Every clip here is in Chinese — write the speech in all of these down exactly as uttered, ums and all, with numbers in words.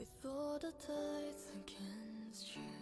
with all the tides against you。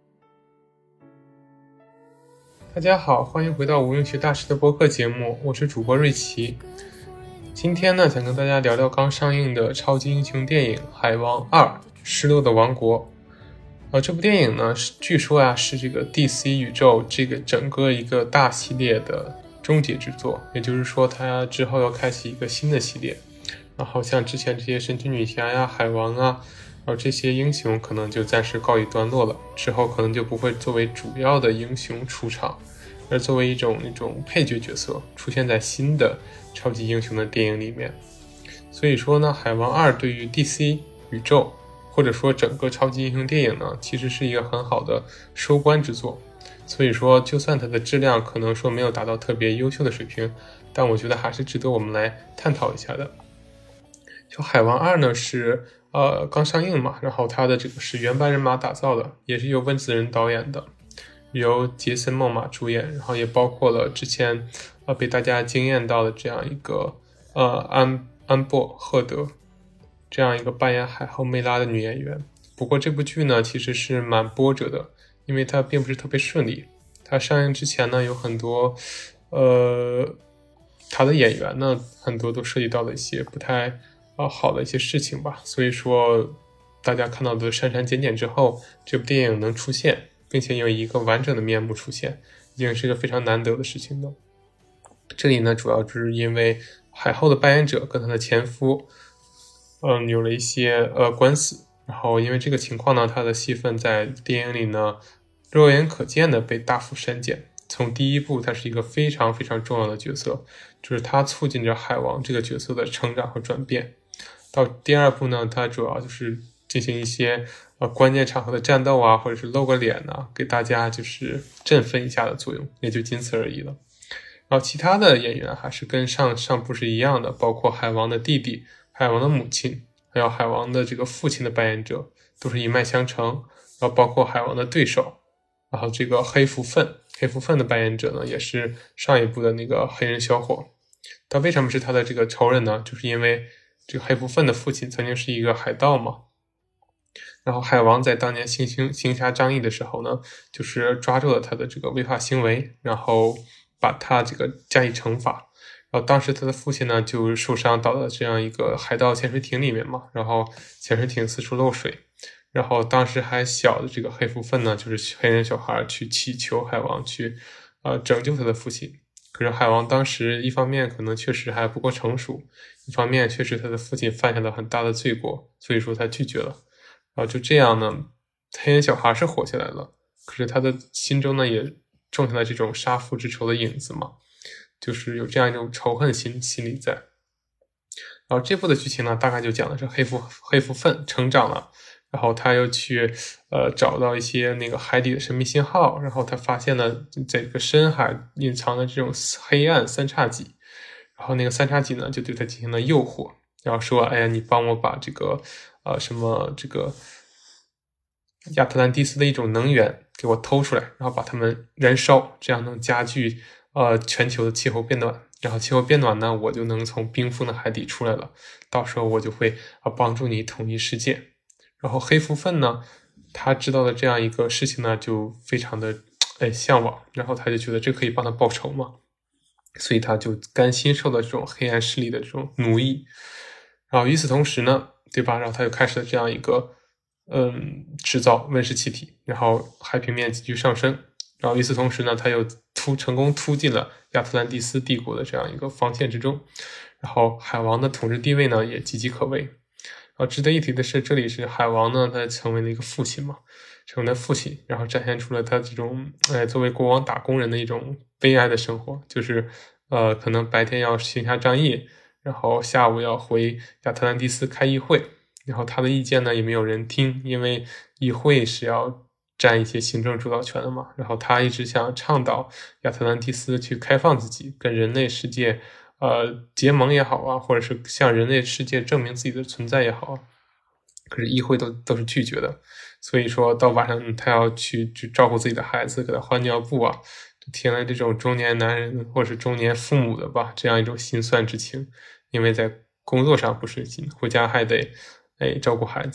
大家好，欢迎回到无用学大师的播客节目，我是主播瑞奇。今天呢，想跟大家聊聊刚上映的超级英雄电影《海王二：失落的王国》。呃，这部电影呢，据说呀、啊、是这个 D C 宇宙这个整个一个大系列的终结之作，也就是说，它之后要开启一个新的系列。然后像之前这些神奇女侠呀、海王啊，然后这些英雄可能就暂时告一段落了，之后可能就不会作为主要的英雄出场，而作为一种一种配角角色出现在新的超级英雄的电影里面。所以说呢，海王二对于 D C 宇宙或者说整个超级英雄电影呢，其实是一个很好的收官之作。所以说就算它的质量可能说没有达到特别优秀的水平，但我觉得还是值得我们来探讨一下的。就海王二呢是呃刚上映嘛，然后它的这个是原班人马打造的，也是由温子仁导演的，由杰森·莫玛主演，然后也包括了之前呃被大家惊艳到的这样一个呃安安珀·赫德这样一个扮演海后梅拉的女演员。不过这部剧呢其实是蛮波折的，因为它并不是特别顺利。它上映之前呢有很多呃它的演员呢很多都涉及到了一些不太呃好的一些事情吧，所以说大家看到的删删减减之后，这部电影能出现并且有一个完整的面目出现，已经是一个非常难得的事情了。这里呢主要就是因为海后的扮演者跟她的前夫嗯有了一些呃官司，然后因为这个情况呢，她的戏份在电影里呢肉眼可见的被大幅删减。从第一部她是一个非常非常重要的角色，就是她促进着海王这个角色的成长和转变。到第二部呢，她主要就是进行一些呃关键场合的战斗啊，或者是露个脸啊，给大家就是振奋一下的作用，也就仅此而已了。然后其他的演员还是跟上上部是一样的，包括海王的弟弟、海王的母亲，还有海王的这个父亲的扮演者都是一脉相承。然后包括海王的对手，然后这个黑蝠粪黑蝠粪的扮演者呢，也是上一部的那个黑人小伙。他为什么是他的这个仇人呢？就是因为这个黑蝠粪的父亲曾经是一个海盗嘛。然后海王在当年行行行侠仗义的时候呢，就是抓住了他的这个违法行为，然后把他这个加以惩罚。然后当时他的父亲呢就受伤倒在这样一个海盗潜水艇里面嘛，然后潜水艇四处漏水，然后当时还小的这个黑蝠粪呢，就是黑人小孩去祈求海王去呃拯救他的父亲。可是海王当时一方面可能确实还不够成熟，一方面确实他的父亲犯下了很大的罪过，所以说他拒绝了。然后就这样呢，黑人小孩是活下来了，可是他的心中呢也种下了这种杀父之仇的影子嘛，就是有这样一种仇恨心心理在。然后这部的剧情呢，大概就讲的是黑蝠黑蝠粪成长了，然后他又去呃找到一些那个海底的神秘信号，然后他发现了这个深海隐藏的这种黑暗三叉戟，然后那个三叉戟呢就对他进行了诱惑，然后说哎呀你帮我把这个呃什么这个亚特兰蒂斯的一种能源给我偷出来，然后把它们燃烧，这样能加剧呃全球的气候变暖。然后气候变暖呢，我就能从冰封的海底出来了，到时候我就会啊帮助你统一世界。然后黑蝠粪呢，他知道的这样一个事情呢，就非常的哎向往，然后他就觉得这可以帮他报仇嘛，所以他就甘心受到这种黑暗势力的这种奴役。然后与此同时呢，对吧？然后他就开始了这样一个嗯制造温室气体，然后海平面急剧上升。然后与此同时呢，他又突成功突进了亚特兰蒂斯帝国的这样一个防线之中，然后海王的统治地位呢也岌岌可危。然后值得一提的是，这里是海王呢，他成为了一个父亲嘛，成为了父亲，然后展现出了他这种哎作为国王打工人的一种悲哀的生活，就是呃可能白天要行侠仗义，然后下午要回亚特兰蒂斯开议会，然后他的意见呢也没有人听，因为议会是要占一些行政主导权的嘛，然后他一直想倡导亚特兰蒂斯去开放自己，跟人类世界呃结盟也好啊，或者是向人类世界证明自己的存在也好啊，可是议会都都是拒绝的。所以说到晚上他要去去照顾自己的孩子，给他换尿布啊，体现了这种中年男人或者是中年父母的吧这样一种心酸之情，因为在工作上不顺心，回家还得哎照顾孩子。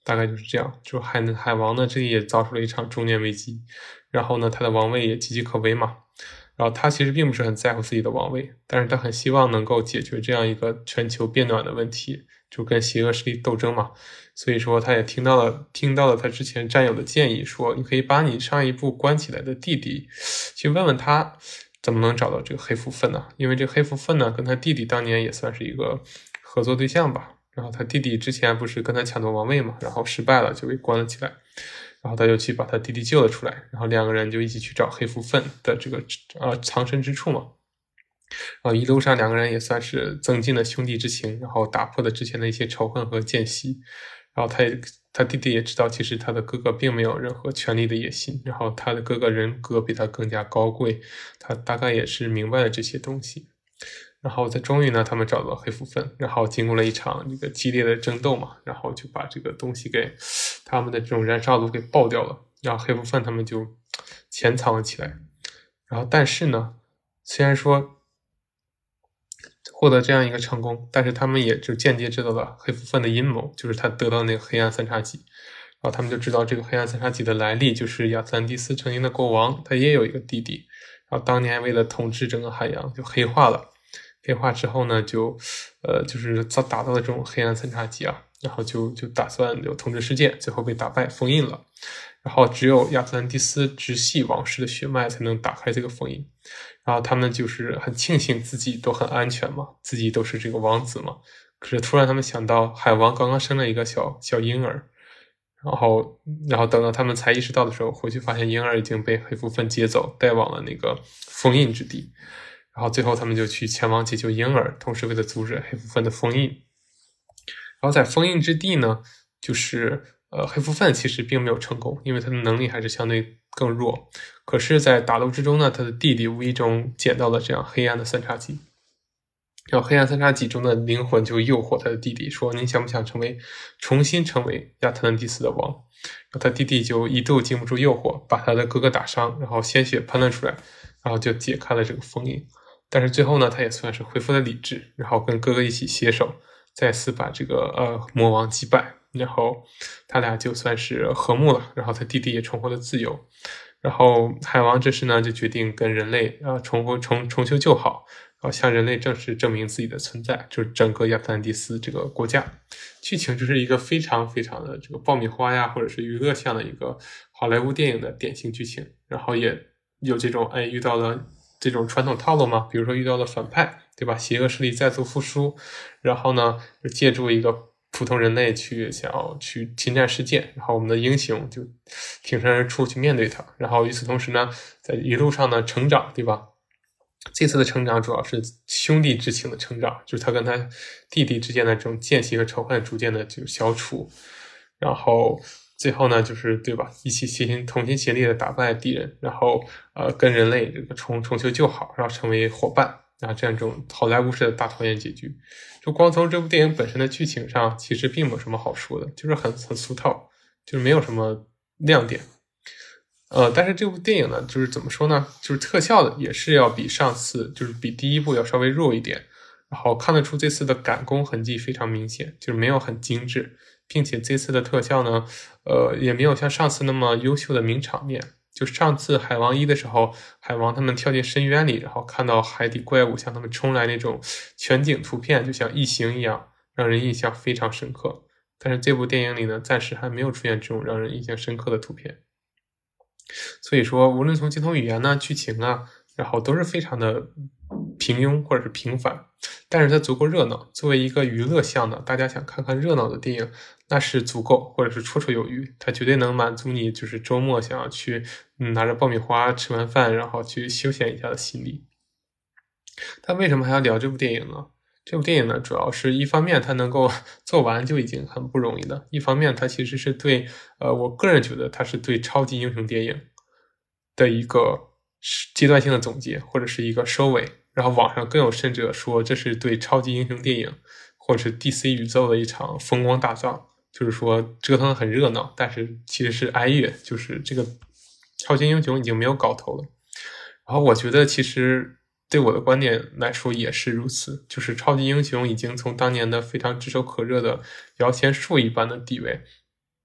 大概就是这样。就海海王呢，这里也遭受了一场中年危机，然后呢，他的王位也岌岌可危嘛。然后他其实并不是很在乎自己的王位，但是他很希望能够解决这样一个全球变暖的问题，就跟邪恶势力斗争嘛。所以说他也听到了听到了他之前战友的建议，说你可以把你上一部关起来的弟弟去问问他怎么能找到这个黑蝠粪呢？因为这个黑蝠粪呢跟他弟弟当年也算是一个合作对象吧。然后他弟弟之前不是跟他抢夺王位嘛，然后失败了就被关了起来，然后他就去把他弟弟救了出来，然后两个人就一起去找黑蝠粪的这个呃藏身之处嘛。然后一路上两个人也算是增进了兄弟之情，然后打破了之前的一些仇恨和间隙。然后他也他弟弟也知道，其实他的哥哥并没有任何权力的野心，然后他的哥哥人格比他更加高贵，他大概也是明白了这些东西。然后在终于呢，他们找到了黑蝠粪，然后经过了一场这个激烈的争斗嘛，然后就把这个东西给他们的这种燃烧炉给爆掉了，然后黑蝠粪他们就潜藏了起来。然后但是呢，虽然说获得这样一个成功，但是他们也就间接知道了黑蝠粪的阴谋，就是他得到那个黑暗三叉戟。然后他们就知道这个黑暗三叉戟的来历，就是亚特兰蒂斯曾经的国王他也有一个弟弟，然后当年为了统治整个海洋就黑化了，黑化之后呢就呃就是打到了这种黑暗三叉戟啊，然后就就打算就统治世界，最后被打败封印了。然后只有亚特兰蒂斯直系王室的血脉才能打开这个封印，然后他们就是很庆幸自己都很安全嘛，自己都是这个王子嘛。可是突然他们想到海王刚刚生了一个小小婴儿，然后然后等到他们才意识到的时候，回去发现婴儿已经被黑蝠粪接走，带往了那个封印之地。然后最后他们就去前往解救婴儿，同时为了阻止黑蝠粪的封印。然后在封印之地呢，就是呃，黑蝠粪其实并没有成功，因为他的能力还是相对更弱。可是在打斗之中呢，他的弟弟无意中捡到了这样黑暗的三叉戟，然后黑暗三叉戟中的灵魂就诱惑他的弟弟说，你想不想成为重新成为亚特兰蒂斯的王？然后他弟弟就一度经不住诱惑，把他的哥哥打伤，然后鲜血喷了出来，然后就解开了这个封印。但是最后呢，他也算是恢复了理智，然后跟哥哥一起携手再次把这个呃魔王击败，然后他俩就算是和睦了，然后他弟弟也重获了自由。然后海王这时呢就决定跟人类啊、呃、重复重重修旧好，然后向人类正式证明自己的存在，就是整个亚特兰蒂斯这个国家。剧情就是一个非常非常的这个爆米花呀，或者是娱乐向的一个好莱坞电影的典型剧情，然后也有这种哎遇到了这种传统套路嘛，比如说遇到了反派，对吧？邪恶势力再度复苏，然后呢就借助一个普通人类去想要去侵占世界，然后我们的英雄就挺身而出去面对它，然后与此同时呢，在一路上呢成长，对吧？这次的成长主要是兄弟之情的成长，就是他跟他弟弟之间的这种间隙和仇恨逐渐的就消除，然后最后呢就是对吧，一起协心同心协力的打败敌人，然后呃跟人类这个重重修旧好，然后成为伙伴，然后这样一种好莱坞式的大团圆结局。就光从这部电影本身的剧情上，其实并没有什么好说的，就是很很俗套，就是没有什么亮点。呃，但是这部电影呢，就是怎么说呢，就是特效的也是要比上次，就是比第一部要稍微弱一点，然后看得出这次的赶工痕迹非常明显，就是没有很精致，并且这次的特效呢，呃，也没有像上次那么优秀的名场面。就上次海王一的时候，海王他们跳进深渊里，然后看到海底怪物向他们冲来那种全景图片，就像异形一样，让人印象非常深刻。但是这部电影里呢，暂时还没有出现这种让人印象深刻的图片。所以说无论从镜头语言呢、剧情啊，然后都是非常的平庸或者是平凡，但是它足够热闹。作为一个娱乐向的，大家想看看热闹的电影，那是足够或者是绰绰有余，它绝对能满足你就是周末想要去、嗯、拿着爆米花吃完饭然后去休闲一下的心理。但为什么还要聊这部电影呢？这部电影呢，主要是一方面它能够做完就已经很不容易了，一方面它其实是对呃，我个人觉得它是对超级英雄电影的一个阶段性的总结，或者是一个收尾。然后网上更有甚者说这是对超级英雄电影或者是 D C 宇宙的一场风光大葬，就是说折腾得很热闹，但是其实是哀乐，就是这个超级英雄已经没有搞头了。然后我觉得其实对我的观点来说也是如此，就是超级英雄已经从当年的非常炙手可热的摇钱树一般的地位，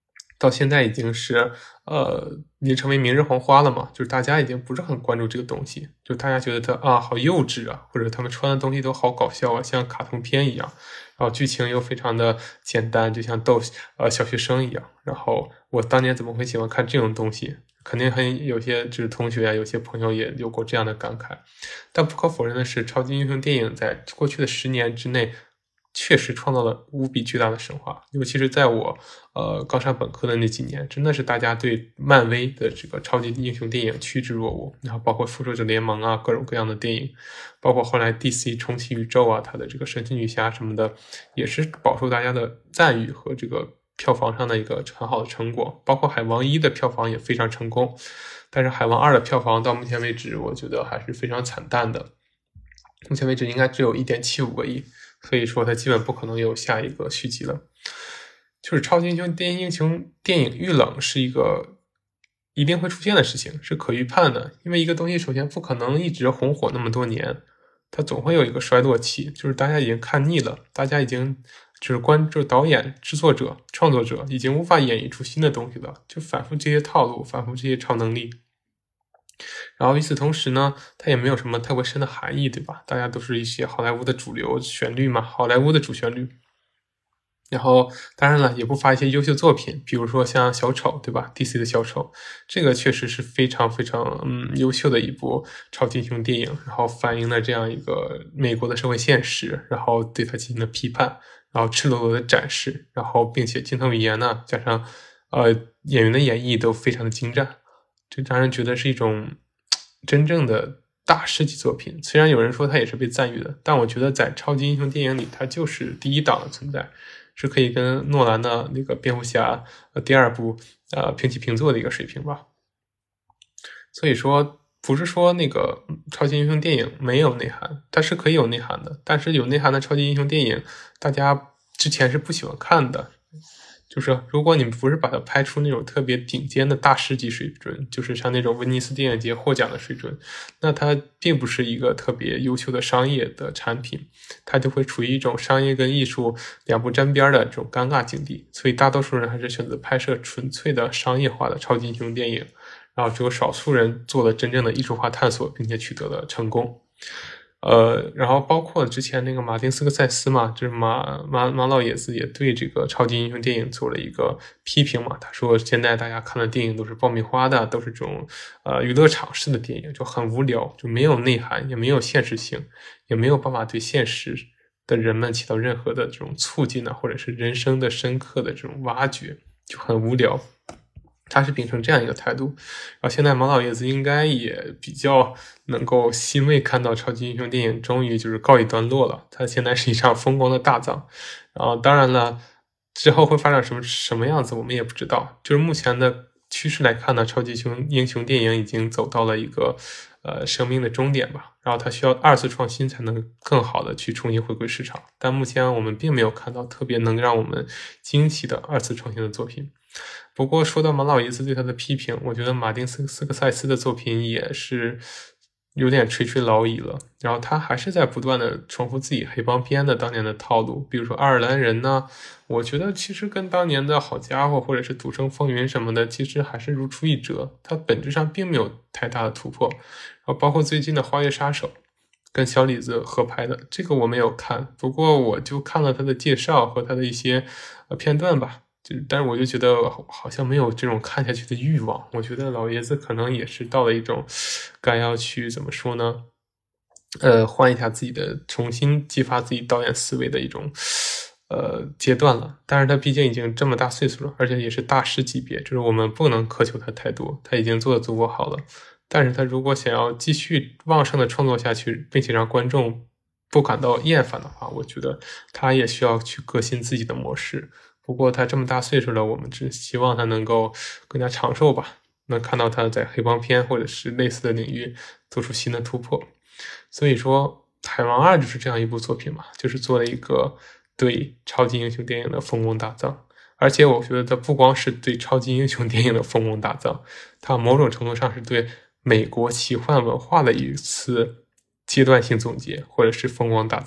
到现在已经是呃，已经成为明日黄花了嘛，就是大家已经不是很关注这个东西，就大家觉得它啊好幼稚啊，或者他们穿的东西都好搞笑啊，像卡通片一样，然后剧情又非常的简单，就像逗呃小学生一样。然后我当年怎么会喜欢看这种东西？肯定很有些就是同学啊，有些朋友也有过这样的感慨。但不可否认的是，超级英雄电影在过去的十年之内确实创造了无比巨大的神话，尤其是在我呃刚上本科的那几年，真的是大家对漫威的这个超级英雄电影趋之若鹜，然后包括复仇者联盟啊，各种各样的电影，包括后来 D C 重启宇宙啊，它的这个神奇女侠什么的，也是饱受大家的赞誉和这个票房上的一个很好的成果，包括海王一的票房也非常成功，但是海王二的票房到目前为止，我觉得还是非常惨淡的，目前为止应该只有 一点七五个亿。所以说它基本不可能有下一个续集了。就是超级英雄电英雄电影遇冷是一个一定会出现的事情，是可预判的，因为一个东西首先不可能一直红火那么多年，它总会有一个衰落期，就是大家已经看腻了，大家已经就是关注导演、制作者、创作者已经无法演绎出新的东西了，就反复这些套路，反复这些超能力。然后与此同时呢，它也没有什么特别深的含义，对吧？大家都是一些好莱坞的主流旋律嘛，好莱坞的主旋律。然后当然了，也不乏一些优秀作品，比如说像小丑，对吧 ？D C 的小丑，这个确实是非常非常嗯优秀的一部超级英雄电影，然后反映了这样一个美国的社会现实，然后对它进行了批判，然后赤裸裸的展示，然后并且镜头语言呢，加上呃演员的演绎都非常的精湛，这让人觉得是一种真正的大师级作品。虽然有人说它也是被赞誉的，但我觉得在超级英雄电影里，它就是第一档的存在。是可以跟诺兰的那个蝙蝠侠呃第二部呃平起平坐的一个水平吧。所以说不是说那个超级英雄电影没有内涵，它是可以有内涵的，但是有内涵的超级英雄电影大家之前是不喜欢看的。就是如果你不是把它拍出那种特别顶尖的大师级水准，就是像那种威尼斯电影节获奖的水准，那它并不是一个特别优秀的商业的产品，它就会处于一种商业跟艺术两不沾边的这种尴尬境地。所以大多数人还是选择拍摄纯粹的商业化的超级英雄电影，然后只有少数人做了真正的艺术化探索，并且取得了成功。呃，然后包括之前那个马丁斯科塞斯嘛，就是马马马老爷子也对这个超级英雄电影做了一个批评嘛。他说现在大家看的电影都是爆米花的，都是这种呃娱乐场式的电影，就很无聊，就没有内涵，也没有现实性，也没有办法对现实的人们起到任何的这种促进啊，或者是人生的深刻的这种挖掘，就很无聊。他是秉承这样一个态度，然后现在毛老爷子应该也比较能够欣慰看到超级英雄电影终于就是告一段落了，他现在是一场风光的大葬。然后当然了，之后会发展什么什么样子我们也不知道，就是目前的趋势来看呢，超级英雄电影已经走到了一个呃生命的终点吧，然后它需要二次创新才能更好的去重新回归市场，但目前我们并没有看到特别能让我们惊喜的二次创新的作品。不过说到马老爷子对他的批评，我觉得马丁斯斯科塞斯的作品也是有点垂垂老矣了，然后他还是在不断的重复自己黑帮片的当年的套路，比如说爱尔兰人呢，我觉得其实跟当年的好家伙或者是赌圣风云什么的其实还是如出一辙，它本质上并没有太大的突破。然后包括最近的花月杀手跟小李子合拍的，这个我没有看，不过我就看了他的介绍和他的一些呃片段吧，就但是我就觉得好像没有这种看下去的欲望。我觉得老爷子可能也是到了一种该要去怎么说呢，呃，换一下自己的，重新激发自己导演思维的一种呃阶段了。但是他毕竟已经这么大岁数了，而且也是大师级别，就是我们不能苛求他太多，他已经做得足够好了。但是他如果想要继续旺盛的创作下去，并且让观众不感到厌烦的话，我觉得他也需要去革新自己的模式。不过他这么大岁数了，我们只希望他能够更加长寿吧，能看到他在黑帮片或者是类似的领域做出新的突破。所以说海王二就是这样一部作品嘛，就是做了一个对超级英雄电影的丰功大葬。而且我觉得它不光是对超级英雄电影的丰功大葬，它某种程度上是对美国奇幻文化的一次阶段性总结，或者是风光大葬。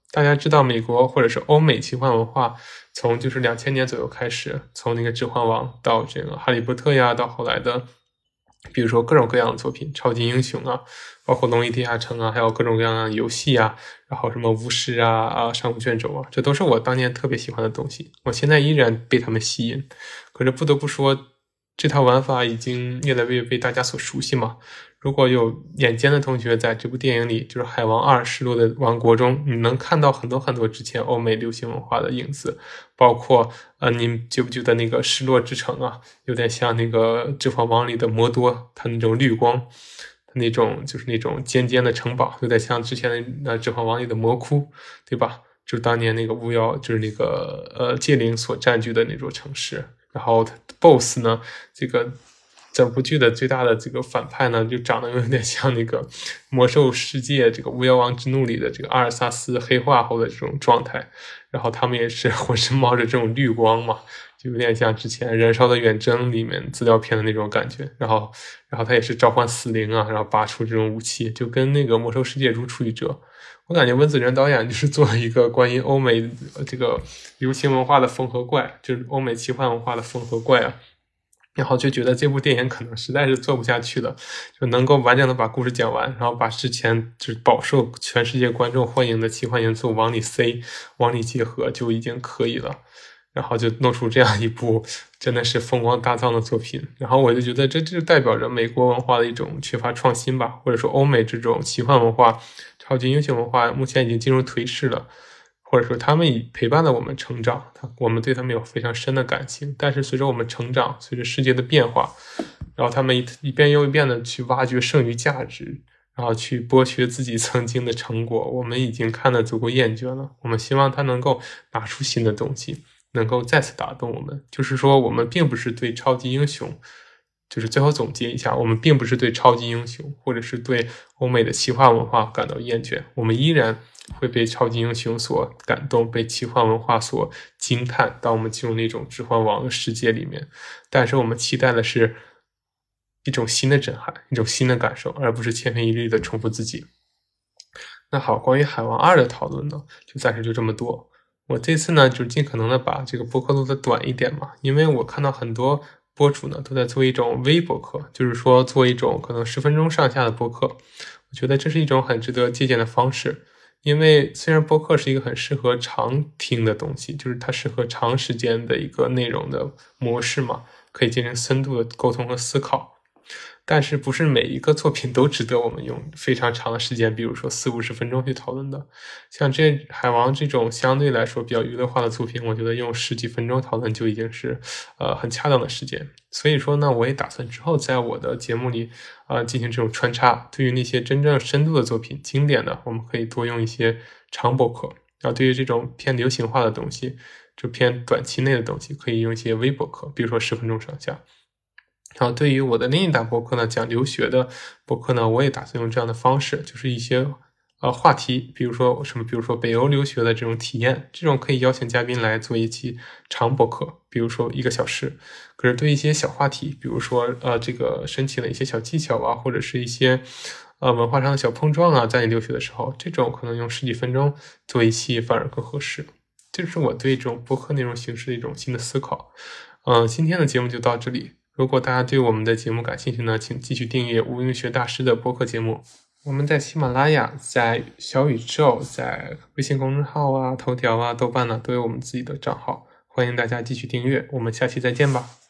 大家知道美国或者是欧美奇幻文化从就是两千年左右开始，从那个指环王到这个哈利波特呀，到后来的比如说各种各样的作品，超级英雄啊，包括龙与地下城啊，还有各种各样的游戏啊，然后什么巫师啊啊上古卷轴啊，这都是我当年特别喜欢的东西，我现在依然被他们吸引。可是不得不说，这套玩法已经越来越被大家所熟悉嘛。如果有眼尖的同学在这部电影里，就是《海王二：失落的王国》中，你能看到很多很多之前欧美流行文化的影子，包括呃，你觉不觉得那个失落之城啊，有点像那个《指环王》里的摩多，它那种绿光，它那种就是那种尖尖的城堡，有点像之前的那《指环王》里的魔窟，对吧？就是当年那个巫妖，就是那个呃戒灵所占据的那座城市。然后 boss 呢，这个整部剧的最大的这个反派呢，就长得有点像那个魔兽世界这个巫妖王之怒里的这个阿尔萨斯黑化后的这种状态。然后他们也是浑身冒着这种绿光嘛，就有点像之前燃烧的远征里面资料片的那种感觉。然后然后他也是召唤死灵啊，然后拔出这种武器，就跟那个魔兽世界如出一辙。我感觉温子仁导演就是做了一个关于欧美这个流行文化的缝合怪，就是欧美奇幻文化的缝合怪啊。然后就觉得这部电影可能实在是做不下去了，就能够完整的把故事讲完，然后把之前就是饱受全世界观众欢迎的奇幻元素往里塞，往里结合就已经可以了。然后就弄出这样一部真的是风光大葬的作品。然后我就觉得这就代表着美国文化的一种缺乏创新吧，或者说欧美这种奇幻文化、超级英雄文化目前已经进入颓势了，或者说他们已陪伴了我们成长，我们对他们有非常深的感情。但是随着我们成长，随着世界的变化，然后他们一一遍又一遍的去挖掘剩余价值，然后去剥削自己曾经的成果，我们已经看得足够厌倦了。我们希望他能够拿出新的东西，能够再次打动我们。就是说我们并不是对超级英雄，就是最后总结一下，我们并不是对超级英雄或者是对欧美的奇幻文化感到厌倦，我们依然会被超级英雄所感动，被奇幻文化所惊叹，当我们进入那种指环王的世界里面。但是我们期待的是一种新的震撼，一种新的感受，而不是千篇一律的重复自己。那好，关于海王二的讨论呢，就暂时就这么多。我这次呢，就尽可能的把这个播客录的短一点嘛，因为我看到很多播主呢都在做一种微播客，就是说做一种可能十分钟上下的播客。我觉得这是一种很值得借鉴的方式，因为虽然播客是一个很适合长听的东西，就是它适合长时间的一个内容的模式嘛，可以进行深度的沟通和思考。但是不是每一个作品都值得我们用非常长的时间，比如说四五十分钟去讨论的。像这海王这种相对来说比较娱乐化的作品，我觉得用十几分钟讨论就已经是呃很恰当的时间。所以说呢，我也打算之后在我的节目里呃进行这种穿插。对于那些真正深度的作品，经典的，我们可以多用一些长播客。然后对于这种偏流行化的东西，就偏短期内的东西，可以用一些微播客，比如说十分钟上下。然后对于我的另一档播客呢，讲留学的播客呢，我也打算用这样的方式，就是一些呃话题，比如说什么，比如说北欧留学的这种体验，这种可以邀请嘉宾来做一期长播客，比如说一个小时。可是对一些小话题，比如说呃这个申请的一些小技巧啊，或者是一些呃文化上的小碰撞啊，在你留学的时候，这种可能用十几分钟做一期反而更合适。这是我对这种播客内容形式的一种新的思考。嗯、呃，今天的节目就到这里。如果大家对我们的节目感兴趣呢，请继续订阅无用学大师的播客节目。我们在喜马拉雅、在小宇宙、在微信公众号啊、头条啊、豆瓣呢、啊，都有我们自己的账号，欢迎大家继续订阅。我们下期再见吧。